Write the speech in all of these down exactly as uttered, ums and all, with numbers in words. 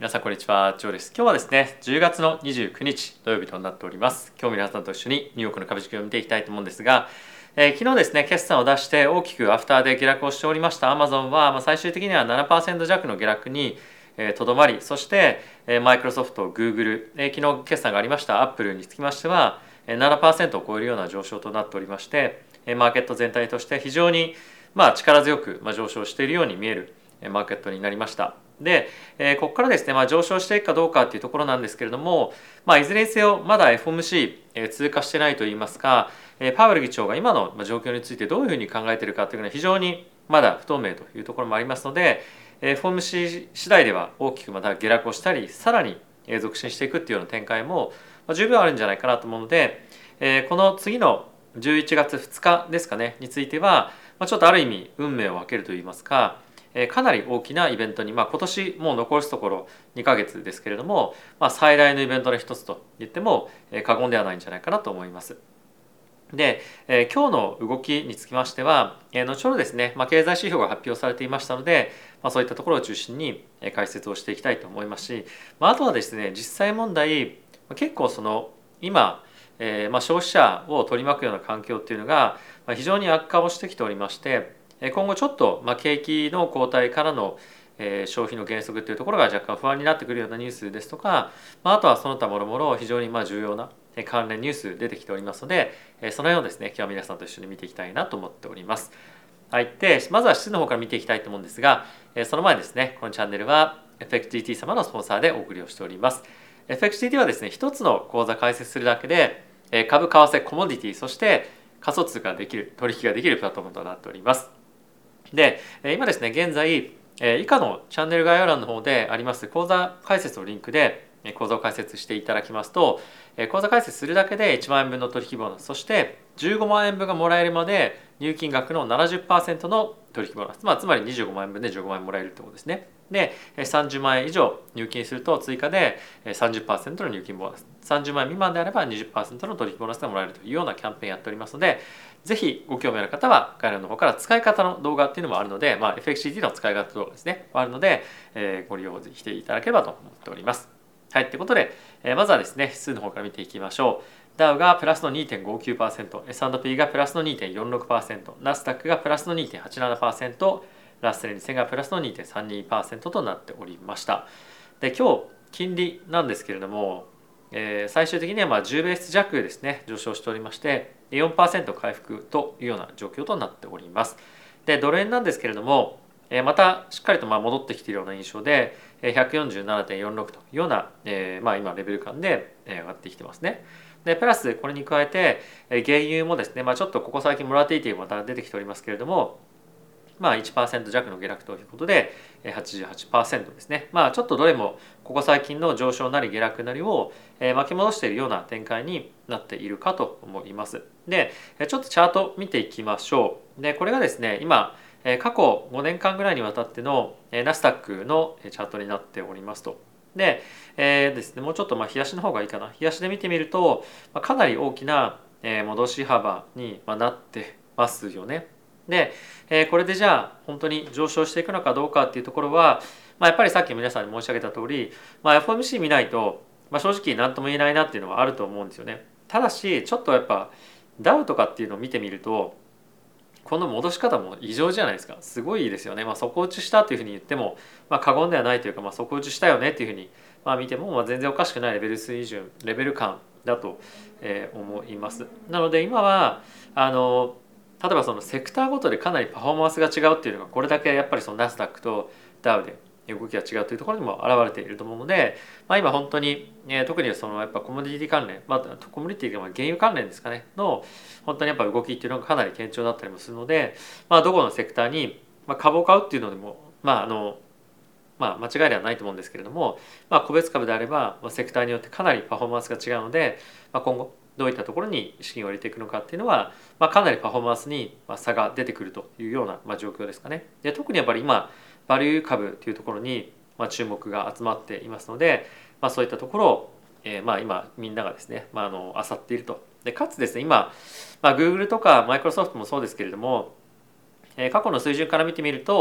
皆さんこんにちは、ジョーです。今日はですね、じゅうがつのにじゅうくにち土曜日となっております。今日皆さんと一緒にニューヨークの株式を見ていきたいと思うんですが、えー、昨日ですね、決算を出して大きくアフターで下落をしておりました Amazon は、まあ、最終的には ななパーセント 弱の下落にとどまり、そしてマイクロソフト、Google、えー、昨日決算がありました Apple につきましては ななパーセント を超えるような上昇となっておりまして、マーケット全体として非常にまあ力強く上昇しているように見えるマーケットになりました。で、えー、ここからですね、まあ、上昇していくかどうかっていうところなんですけれども、まあ、いずれにせよまだ エフオーエムシー、えー、通過してないといいますか、えー、パウエル議長が今の状況についてどういうふうに考えているかというのは非常にまだ不透明というところもありますので、エフオーエムシー 次第では大きくまた下落をしたり、さらに続伸していくっていうような展開も十分あるんじゃないかなと思うので、えー、この次のじゅういちがつふつかですかねについては、まあ、ちょっとある意味運命を分けるといいますか、かなり大きなイベントに、まあ、今年もう残すところにかげつですけれども、まあ、最大のイベントの一つと言っても過言ではないんじゃないかなと思います。で、えー、今日の動きにつきましては、えー、後ほどですね、まあ、経済指標が発表されていましたので、まあ、そういったところを中心に解説をしていきたいと思いますし、まあ、あとはですね、実際問題結構その今、えーまあ、消費者を取り巻くような環境っていうのが非常に悪化をしてきておりまして、今後ちょっとまあ景気の後退からの消費の減速というところが若干不安になってくるようなニュースですとか、あとはその他もろもろ非常にまあ重要な関連ニュース出てきておりますので、その辺をですね今日は皆さんと一緒に見ていきたいなと思っております。はい、でまずは指数の方から見ていきたいと思うんですが、その前にですねこのチャンネルは エフエックスティーティー 様のスポンサーでお送りをしております。 エフエックスティーティー はですね一つの口座開設するだけで株、為替、コモディティ、そして仮想通貨ができる取引ができるプラットフォームとなっております。で今ですね現在以下のチャンネル概要欄の方であります口座開設のリンクで口座を開設していただきますと、口座開設するだけでいちまんえんぶんの取引ボーナス、そしてじゅうごまんえんぶんがもらえるまで入金額の ななじゅっパーセント の取引ボーナス、まあ、つまりにじゅうごまんえんぶんでじゅうごまんえんもらえるってことですね。でさんじゅうまんえん以上入金すると追加で さんじゅっパーセント の入金ボーナス、さんじゅうまんえん未満であれば にじゅっパーセント の取引ボーナスがもらえるというようなキャンペーンやっておりますので、ぜひご興味ある方は概要欄の方から使い方の動画っていうのもあるので、まあ、エフエックスシーティー の使い方動画ですねあるので、えー、ご利用していただければと思っております。はい、ということで、えー、まずはですね指数の方から見ていきましょう。ダウがプラスの にてんごきゅうパーセント、エスアンドピー がプラスの にてんよんろくパーセント、ナスダックがプラスの にてんはちななパーセント、ラッセルにせんがプラスの にてんさんにパーセント となっておりました。で今日金利なんですけれども、えー、最終的にはまあじゅうベース弱ですね上昇しておりまして よんパーセント 回復というような状況となっております。でドル円なんですけれども、えー、またしっかりとまあ戻ってきているような印象で ひゃくよんじゅうななてんよんろく というような、えー、まあ今レベル感で上がってきてますね。でプラスこれに加えて原油もですね、まあ、ちょっとここ最近ボラティティがまた出てきておりますけれども、まあ、いちパーセント 弱の下落ということで はちじゅうはちパーセント ですね。まあちょっとどれもここ最近の上昇なり下落なりを巻き戻しているような展開になっているかと思います。でちょっとチャート見ていきましょう。でこれがですね今過去ごねんかんぐらいにわたってのナスダックのチャートになっておりますと。で,、えーですね、もうちょっとまあ冷やしの方がいいかな。冷やしで見てみるとかなり大きな戻し幅になってますよね。でこれでじゃあ本当に上昇していくのかどうかっていうところは、まあ、やっぱりさっき皆さんに申し上げた通り、まあ、エフオーエムシー 見ないと、まあ、正直何とも言えないなっていうのはあると思うんですよね。ただしちょっとやっぱダウとかっていうのを見てみるとこの戻し方も異常じゃないですか。すごいですよね。まあ、底打ちしたというふうに言っても、まあ、過言ではないというか、まあ、底打ちしたよねっていうふうに、まあ、見ても、まあ、全然おかしくないレベル水準レベル感だと思います。なので今はあの例えばそのセクターごとでかなりパフォーマンスが違うっていうのがこれだけやっぱりそのナスダックとダウで動きが違うというところにも現れていると思うので、まあ、今本当に、えー、特にそのやっぱコモディティ関連、まあ、コモディティが原油関連ですかねの本当にやっぱ動きっていうのがかなり堅調だったりもするので、まあ、どこのセクターに株を買うっていうのでもまああのまあ間違いではないと思うんですけれども、まあ、個別株であればセクターによってかなりパフォーマンスが違うので、まあ、今後どういったところに資金を入れていくのかっていうのは、まあ、かなりパフォーマンスに差が出てくるというような、まあ、状況ですかね。で特にやっぱり今バリュー株というところに、まあ、注目が集まっていますので、まあ、そういったところを、えー、まあ今みんながですね、まあ、あの漁っていると。でかつですね今、まあ、Google とか Microsoft もそうですけれども、えー、過去の水準から見てみると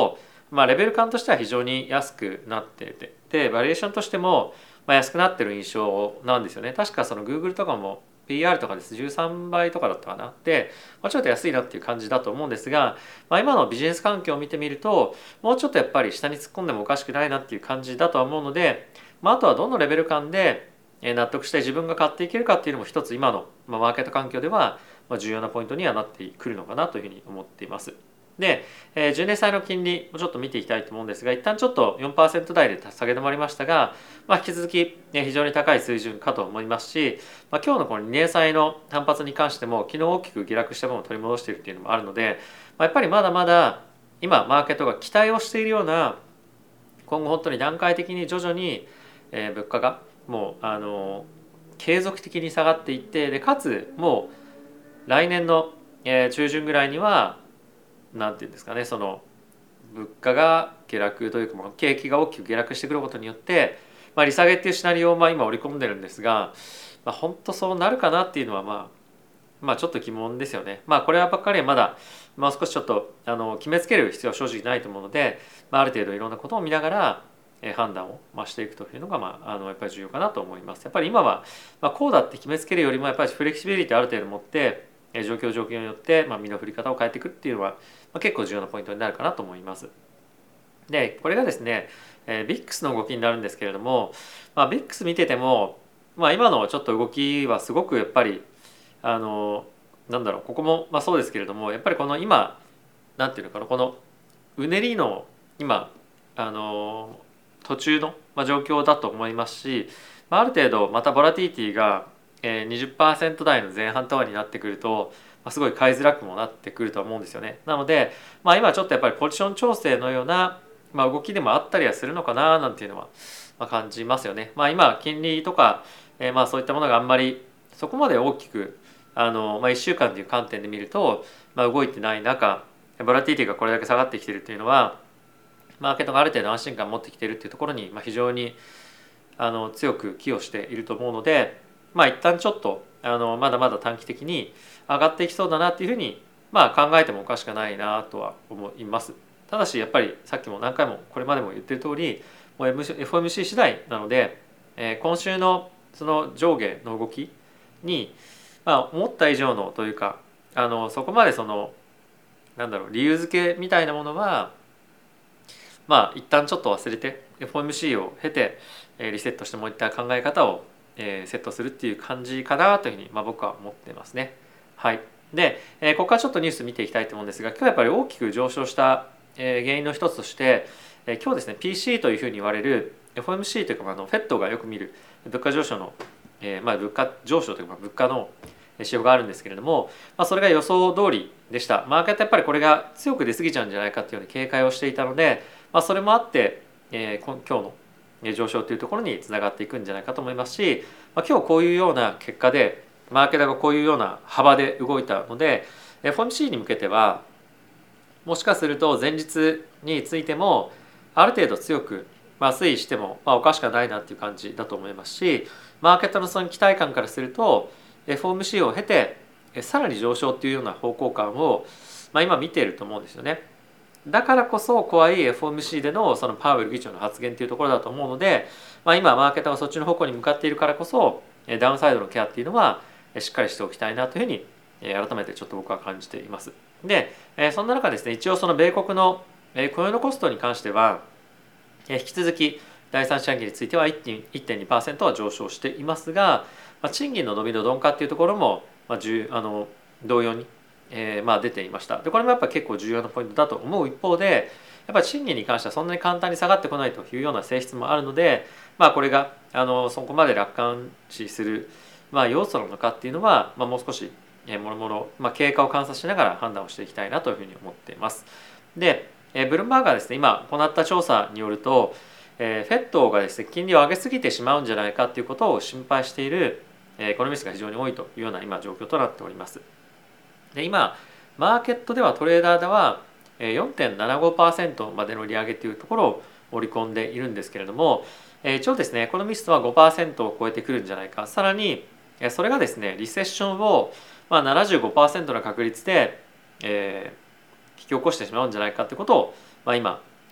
まあ、レベル感としては非常に安くなってて、でバリエーションとしてもまあ安くなってる印象なんですよね。確かその Google とかも ピーアール とかですじゅうさんばいとかだったかな。で、まあ、ちょっと安いなっていう感じだと思うんですが、まあ、今のビジネス環境を見てみるともうちょっとやっぱり下に突っ込んでもおかしくないなっていう感じだとは思うので、まあ、あとはどのレベル感で納得して自分が買っていけるかっていうのも一つ今のマーケット環境では重要なポイントにはなってくるのかなというふうに思っています。で、じゅうねん債の金利もちょっと見ていきたいと思うんですが、一旦ちょっと よんパーセント 台で下げ止まりましたが、まあ、引き続き非常に高い水準かと思いますし、まあ、今日のこのにねん債の反発に関しても昨日大きく下落した分を取り戻しているっていうのもあるので、まあ、やっぱりまだまだ今マーケットが期待をしているような、今後本当に段階的に徐々に物価がもうあの継続的に下がっていって、でかつもう来年の中旬ぐらいにはなんていうんですかね、その物価が下落というか、景気が大きく下落してくることによって、まあ、利下げっていうシナリオをまあ今織り込んでるんですが、まあ、本当そうなるかなっていうのはまあまあちょっと疑問ですよね。まあこれはばっかりはまだもう少しちょっとあの決めつける必要は正直ないと思うので、まあ、ある程度いろんなことを見ながら判断をしていくというのがまああのやっぱり重要かなと思います。やっぱり今はまあこうだって決めつけるよりもやっぱりフレキシビリティある程度持って状況状況によってまあ身の振り方を変えていくっていうのは結構重要なポイントになるかなと思います。でこれがですね、ビックスの動きになるんですけれども、まあ、ビックス見てても、まあ、今のちょっと動きはすごくやっぱりあのなんだろう、ここもまあそうですけれども、やっぱりこの今なんていうのかな、このうねりの今あの途中の状況だと思いますし、ある程度またボラティティが にじゅっパーセント 台の前半とかになってくるとすごい買いづらくもなってくると思うんですよね。なので、まあ、今ちょっとやっぱりポジション調整のような、まあ、動きでもあったりはするのかななんていうのは感じますよね。まあ、今金利とか、えー、まあそういったものがあんまりそこまで大きくあの、まあ、いっしゅうかんという観点で見ると、まあ、動いてない中ボラティティがこれだけ下がってきているというのはマーケットがある程度安心感を持ってきているというところに、まあ、非常にあの強く寄与していると思うので、まあ一旦ちょっとあのまだまだ短期的に上がっていきそうだなっていうふうに、まあ、考えてもおかしくないなとは思います。ただしやっぱりさっきも何回もこれまでも言ってる通りもう エフオーエムシー 次第なので、えー、今週のその上下の動きに、まあ、思った以上のというかあのそこまでそのなんだろう理由付けみたいなものはまあ一旦ちょっと忘れて エフオーエムシー を経てリセットしてもう一回考え方をセットするっていう感じかなというふうにまあ僕は思ってますね。はい。で、ここからちょっとニュース見ていきたいと思うんですが、今日やっぱり大きく上昇した原因の一つとして今日ですね ピーシー というふうに言われる エフオーエムシー というかあの フェット がよく見る物価上昇の、えー、まあ物価上昇というか物価の指標があるんですけれども、まあ、それが予想通りでした。マーケットやっぱりこれが強く出過ぎちゃうんじゃないかっていうような警戒をしていたので、まあ、それもあって、えー、今日の上昇というところにつながっていくんじゃないかと思いますし、まあ、今日こういうような結果でマーケットがこういうような幅で動いたので エフオーエムシー に向けてはもしかすると前日についてもある程度強くまあ推移してもまあおかしくはないなっていう感じだと思いますし、マーケットのその期待感からすると エフオーエムシー を経てさらに上昇っていうような方向感をまあ今見ていると思うんですよね。だからこそ怖い エフオーエムシー でのそのパウエル議長の発言というところだと思うので、まあ、今マーケットがそっちの方向に向かっているからこそダウンサイドのケアっていうのはしっかりしておきたいなというふうに改めてちょっと僕は感じています。でそんな中ですね、一応その米国の雇用のコストに関しては引き続きだいさん四半期については いってんにパーセント は上昇していますが、賃金の伸びの鈍化っていうところもあの同様にえー、まあ出ていました。でこれもやっぱ結構重要なポイントだと思う一方で、やっぱり賃金に関してはそんなに簡単に下がってこないというような性質もあるので、まあこれがあのそこまで楽観視する、まあ、要素なのかっていうのは、まあ、もう少しもろもろ経過を観察しながら判断をしていきたいなというふうに思っています。で、えー、ブルームバーガーですね、今行った調査によると、えー、フェットがですね金利を上げすぎてしまうんじゃないかということを心配しているエコノミストが非常に多いというような今状況となっております。で今マーケットではトレーダーでは よんてんななごパーセント までの利上げというところを織り込んでいるんですけれども、一応ですねエコノミストは ごパーセント を超えてくるんじゃないか、さらにそれがですねリセッションをまあ ななじゅうごパーセント の確率で、えー、引き起こしてしまうんじゃないかということを、まあ、今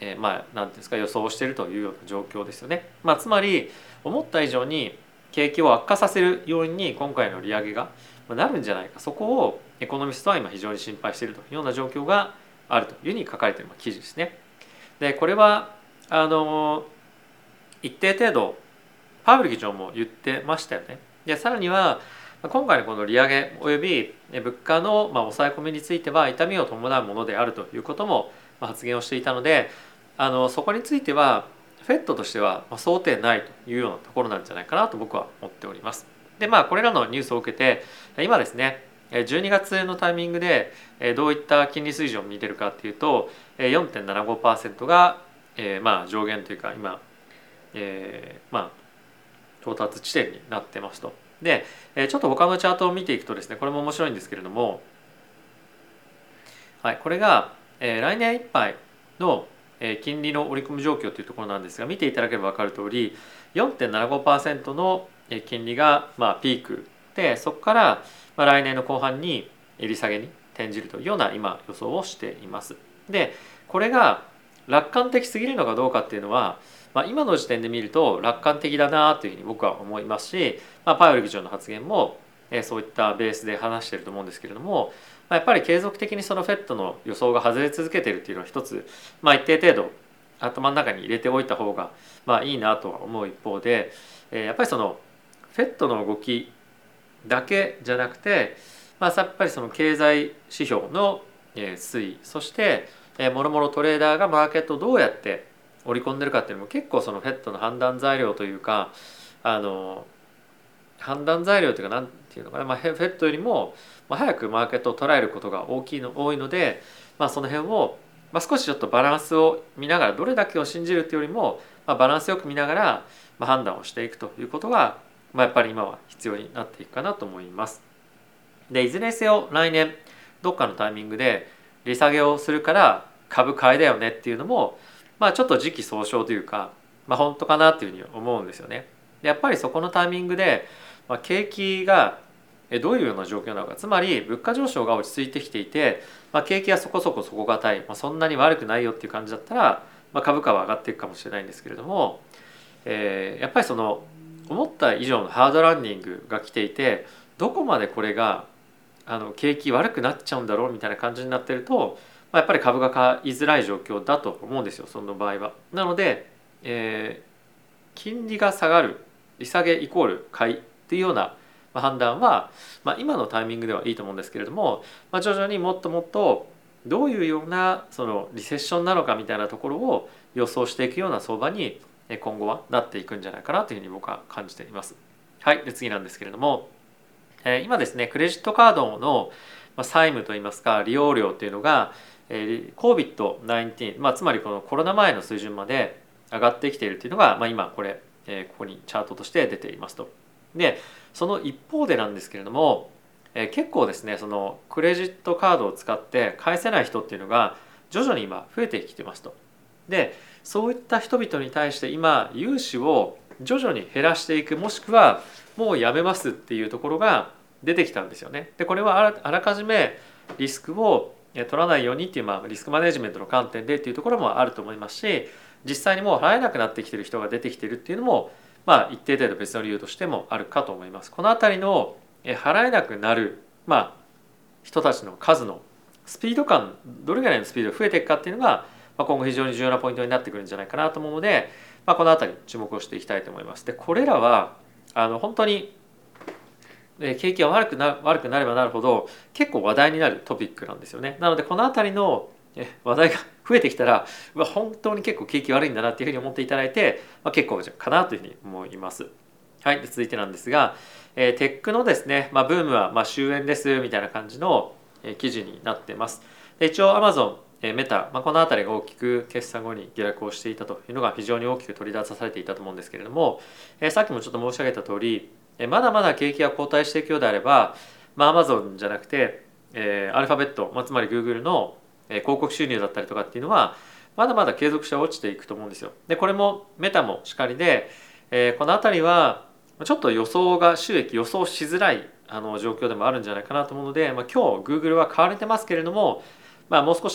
えー、まあ何ていうんですか予想しているというような状況ですよね。まあ、つまり思った以上に景気を悪化させる要因に今回の利上げがなるんじゃないか、そこをエコノミストは今非常に心配しているというような状況があるというふうに書かれている記事ですね。でこれはあの一定程度パウエル議長も言ってましたよね。でさらには今回のこの利上げおよび物価のまあ抑え込みについては痛みを伴うものであるということも発言をしていたので、あのそこについてはフェットとしては想定内というようなところなんじゃないかなと僕は思っております。でまあこれらのニュースを受けて今ですねじゅうにがつのタイミングでどういった金利水準を見てるかっていうと よんてんななごパーセント がまあ上限というか今えー、まあ到達地点になってますと。でちょっと他のチャートを見ていくとですね、これも面白いんですけれども、はい、これが来年いっぱいの金利の織り込み状況というところなんですが、見ていただければ分かる通り よんてんななごパーセント の金利がまあピークで、そこから来年の後半に利下げに転じるというような今予想をしています。でこれが楽観的すぎるのかどうかっていうのは、まあ、今の時点で見ると楽観的だなというふうに僕は思いますし、まあ、パウエル議長の発言もそういったベースで話していると思うんですけれども、やっぱり継続的にその フェット の予想が外れ続けているっていうのは一つ、まあ、一定程度頭の中に入れておいた方がまあいいなとは思う一方で、やっぱりその フェット の動きだけじゃなくて、まあ、やっぱりその経済指標の推移、そしてもろもろトレーダーがマーケットをどうやって織り込んでるかっていうのも結構その フェット の判断材料というか、あの判断材料というか何ていうのかな、まあ、フェットよりも早くマーケットを捉えることが大きいの多いので、まあ、その辺を、まあ、少しちょっとバランスを見ながら、どれだけを信じるっていうよりも、まあ、バランスよく見ながら判断をしていくということが、まあ、やっぱり今は必要になっていくかなと思います。でいずれにせよ来年どっかのタイミングで利下げをするから株買いだよねっていうのも、まあ、ちょっと時期尚早というか、まあ、本当かなっていうふうに思うんですよね。でやっぱりそこのタイミングで、まあ、景気がどういうような状況なのか、つまり物価上昇が落ち着いてきていて、まあ、景気はそこそこ底堅い、まあ、そんなに悪くないよっていう感じだったら、まあ、株価は上がっていくかもしれないんですけれども、えー、やっぱりその思った以上のハードランディングが来ていて、どこまでこれがあの景気悪くなっちゃうんだろうみたいな感じになってると、まあ、やっぱり株が買いづらい状況だと思うんですよ、その場合は。なので、えー、金利が下がる、利下げイコール買いっていうような判断は、まあ、今のタイミングではいいと思うんですけれども、まあ、徐々にもっともっとどういうようなそのリセッションなのかみたいなところを予想していくような相場に今後はなっていくんじゃないかなというふうに僕は感じています。はい、で次なんですけれども、今ですねクレジットカードの債務といいますか利用料っていうのが コービッドナインティーン、まあ、つまりこのコロナ前の水準まで上がってきているというのが、まあ、今これここにチャートとして出ていますと。でその一方でなんですけれども、結構ですねそのクレジットカードを使って返せない人っていうのが徐々に今増えてきてますと。でそういった人々に対して今融資を徐々に減らしていく、もしくはもうやめますっていうところが出てきたんですよね。でこれはあらかじめリスクを取らないようにっていう、まあ、リスクマネジメントの観点でっていうところもあると思いますし、実際にもう払えなくなってきてる人が出てきてるっていうのも、まあ、一定程度別の理由としてもあるかと思います。このあたりの払えなくなる、まあ、人たちの数のスピード感、どれぐらいのスピードが増えていくかっていうのが、まあ、今後非常に重要なポイントになってくるんじゃないかなと思うので、まあ、このあたり注目をしていきたいと思います。でこれらはあの本当に景気が悪くな、悪くなればなるほど結構話題になるトピックなんですよね。なのでこのあたりの話題が増えてきたら、本当に結構景気悪いんだなっていうふうに思っていただいて、まあ、結構かなというふうに思います。はい、で続いてなんですが、えー、テックのですね、まあ、ブームはまあ終焉ですみたいな感じの記事になっています。で一応 Amazon、メタ、まあ、このあたりが大きく決算後に下落をしていたというのが非常に大きく取り出されていたと思うんですけれども、えー、さっきもちょっと申し上げた通り、まだまだ景気が後退していくようであれば、まあ、Amazon じゃなくて、えー、アルファベット、まあ、つまり Google の広告収入だったりとかっていうのはまだまだ継続して落ちていくと思うんですよ。でこれもメタもしかりで、えー、このあたりはちょっと予想が収益予想しづらいあの状況でもあるんじゃないかなと思うので、まあ、今日 Google は買われてますけれども、まあ、もう少し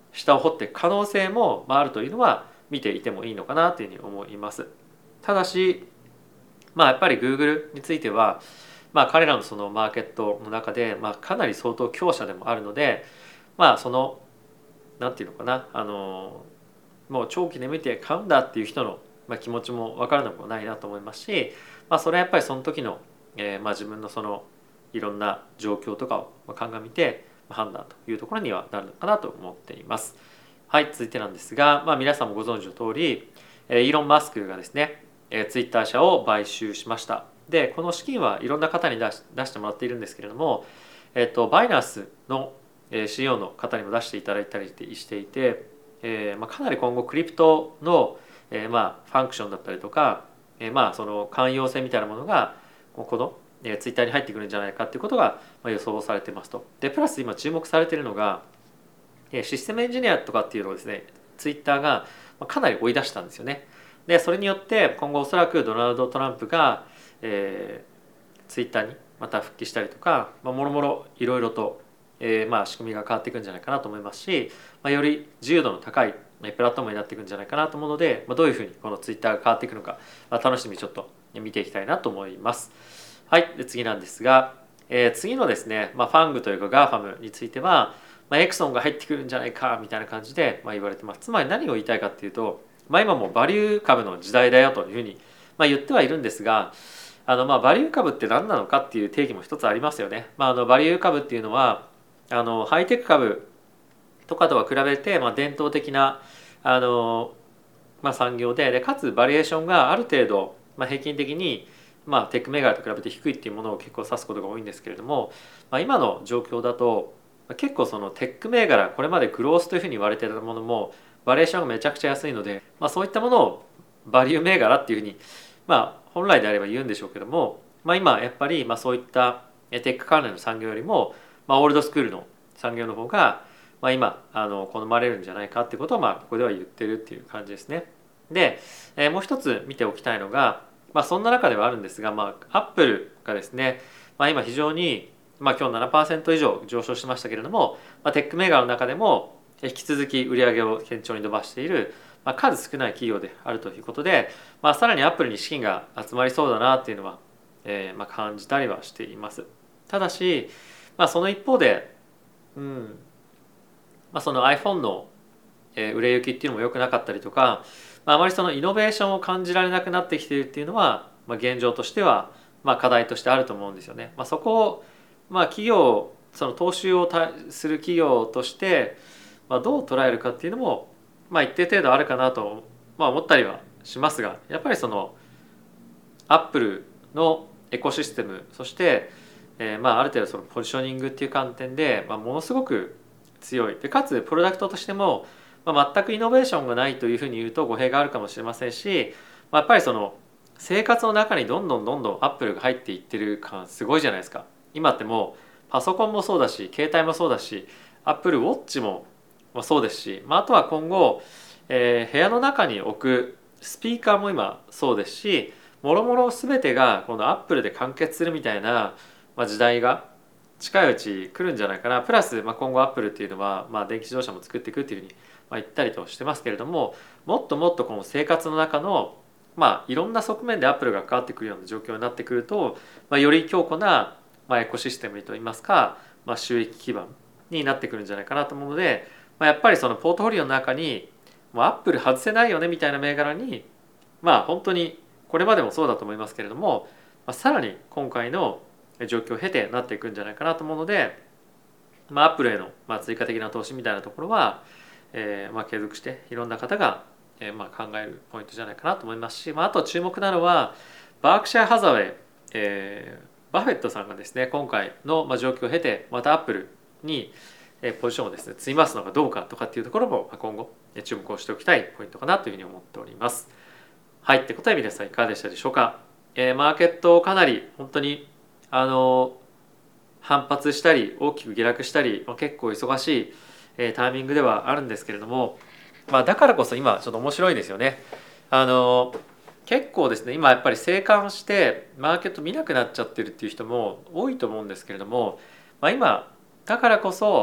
下を掘っていく可能性もあるというのは見ていてもいいのかなというふうに思います。ただし、まあ、やっぱり Google については、まあ、彼らのそのマーケットの中で、まあ、かなり相当強者でもあるので、まあそのなんていうのかな、あのもう長期で見て買うんだっていう人の、まあ、気持ちも分からなくもないなと思いますし、まあ、それはやっぱりその時の、えーまあ、自分のそのいろんな状況とかを鑑みて判断というところにはなるのかなと思っています。はい、続いてなんですが、まあ、皆さんもご存知の通り、えー、イーロン・マスクがですね、えー、ツイッター社を買収しました。で、この資金はいろんな方に出し出してもらっているんですけれども、えっと、バイナンスの シーイーオー の方にも出していただいたりしていて、えーまあ、かなり今後クリプトの、えーまあ、ファンクションだったりとか、えーまあ、その寛容性みたいなものがこの、えー、ツイッターに入ってくるんじゃないかっていうことが予想されてますと。でプラス今注目されているのがシステムエンジニアとかっていうのをですね、ツイッターがかなり追い出したんですよね。でそれによって今後おそらくドナルド・トランプが、えー、ツイッターにまた復帰したりとか、まあ、もろもろいろいろと、えー、まあ仕組みが変わっていくんじゃないかなと思いますし、まあ、より自由度の高いプラットフォームになっていくんじゃないかなと思うので、まあ、どういうふうにこのツイッターが変わっていくのか、まあ、楽しみにちょっと見ていきたいなと思います。はい、で次なんですが、えー、次のですね、まあ、ファングというか ガーファム については、まあ、エクソンが入ってくるんじゃないかみたいな感じで、まあ、言われてます。つまり何を言いたいかっていうと、まあ、今もバリュー株の時代だよというふうに、まあ、言ってはいるんですが、あのまあバリュー株って何なのかっていう定義も一つありますよね。まあ、あのバリュー株っていうのはあのハイテク株とかとは比べて、まあ、伝統的なあの、まあ、産業で、でかつバリエーションがある程度、まあ、平均的に、まあ、テック銘柄と比べて低いっていうものを結構指すことが多いんですけれども、まあ、今の状況だと結構そのテック銘柄、これまでグロースというふうに言われていたものもバリエーションがめちゃくちゃ安いので、まあ、そういったものをバリュー銘柄っていうふうに、まあ、本来であれば言うんでしょうけども、まあ、今やっぱりまあそういったテック関連の産業よりも、まあ、オールドスクールの産業の方が、まあ、今あの好まれるんじゃないかってことを、まあ、ここでは言ってるっていう感じですね。で、えー、もう一つ見ておきたいのが、まあ、そんな中ではあるんですが、まあ、アップルがですね、まあ、今非常に、まあ、今日 ななパーセント 以上上昇しましたけれども、まあ、テック銘柄の中でも引き続き売上を堅調に伸ばしている、まあ、数少ない企業であるということで、まあ、さらにアップルに資金が集まりそうだなっていうのは、えーまあ、感じたりはしています。ただし、まあ、その一方で、うんまあ、その iPhone の売れ行きっていうのも良くなかったりとか、まあ、あまりそのイノベーションを感じられなくなってきているっていうのは、まあ、現状としてはまあ課題としてあると思うんですよね。まあ、そこをまあ企業その踏襲をする企業としてまあどう捉えるかっていうのもまあ一定程度あるかなとまあ思ったりはしますが、やっぱりそのアップルのエコシステム、そして、えー、まあある程度そのポジショニングっていう観点で、まあ、ものすごく強いで、かつプロダクトとしても、まあ、全くイノベーションがないというふうに言うと語弊があるかもしれませんし、まあ、やっぱりその生活の中にどんどんどんどんアップルが入っていってる感すごいじゃないですか。今ってもうパソコンもそうだし、携帯もそうだし、アップルウォッチもそうですし、まあ、あとは今後、えー、部屋の中に置くスピーカーも今そうですし、もろもろ全てがこのアップルで完結するみたいな、まあ、時代が近いうち来るんじゃないかな。プラス、まあ、今後アップルっていうのは、まあ、電気自動車も作っていくっていうふうに、まあ、言ったりとしてますけれども、もっともっとこの生活の中の、まあ、いろんな側面でアップルが関わってくるような状況になってくると、まあ、より強固な、まあ、エコシステムといいますか、まあ、収益基盤になってくるんじゃないかなと思うので、まあ、やっぱりそのポートフォリオの中にもうアップル外せないよねみたいな銘柄に、まあ本当にこれまでもそうだと思いますけれども、まあ、さらに今回の状況を経てなっていくんじゃないかなと思うので、まあ、アップルへのまあ追加的な投資みたいなところは、えー、まあ継続していろんな方がえーまあ考えるポイントじゃないかなと思いますし、まあ、あと注目なのはバークシャイ・ハザウェイ、えー、バフェットさんがですね今回のまあ状況を経てまたアップルにポジションをですね積みますのかどうかとかっていうところも今後注目をしておきたいポイントかなというふうに思っております。はい、ってことで皆さんいかがでしたでしょうか。えー、マーケットかなり本当にあの反発したり大きく下落したり、まあ、結構忙しい、えー、タイミングではあるんですけれども、まあ、だからこそ今ちょっと面白いですよね。あの結構ですね今やっぱり静観してマーケット見なくなっちゃってるっていう人も多いと思うんですけれども、まあ、今だからこそ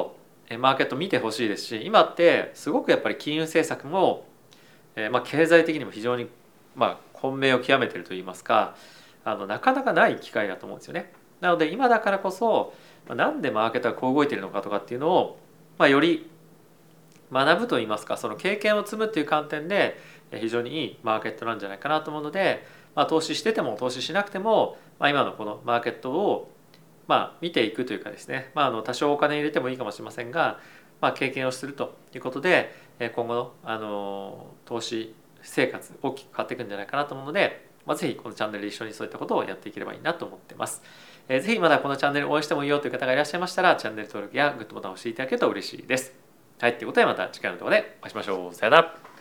マーケット見てほしいですし、今ってすごくやっぱり金融政策も、えーまあ、経済的にも非常に、まあ、混迷を極めているといいますか、あのなかなかない機会だと思うんですよね。なので今だからこそ、まあ、なんでマーケットがこう動いているのかとかっていうのを、まあ、より学ぶといいますか、その経験を積むっていう観点で非常にいいマーケットなんじゃないかなと思うので、まあ、投資してても投資しなくても、まあ、今のこのマーケットをまあ見ていくというかですね、まあ、あの多少お金入れてもいいかもしれませんが、まあ、経験をするということで今後のあの投資生活大きく変わっていくんじゃないかなと思うので、まあ、ぜひこのチャンネルで一緒にそういったことをやっていければいいなと思ってます。えー、ぜひまだこのチャンネル応援してもいいよという方がいらっしゃいましたら、チャンネル登録やグッドボタンを押していただけると嬉しいです。はい、ということでまた次回の動画でお会いしましょう。さよなら。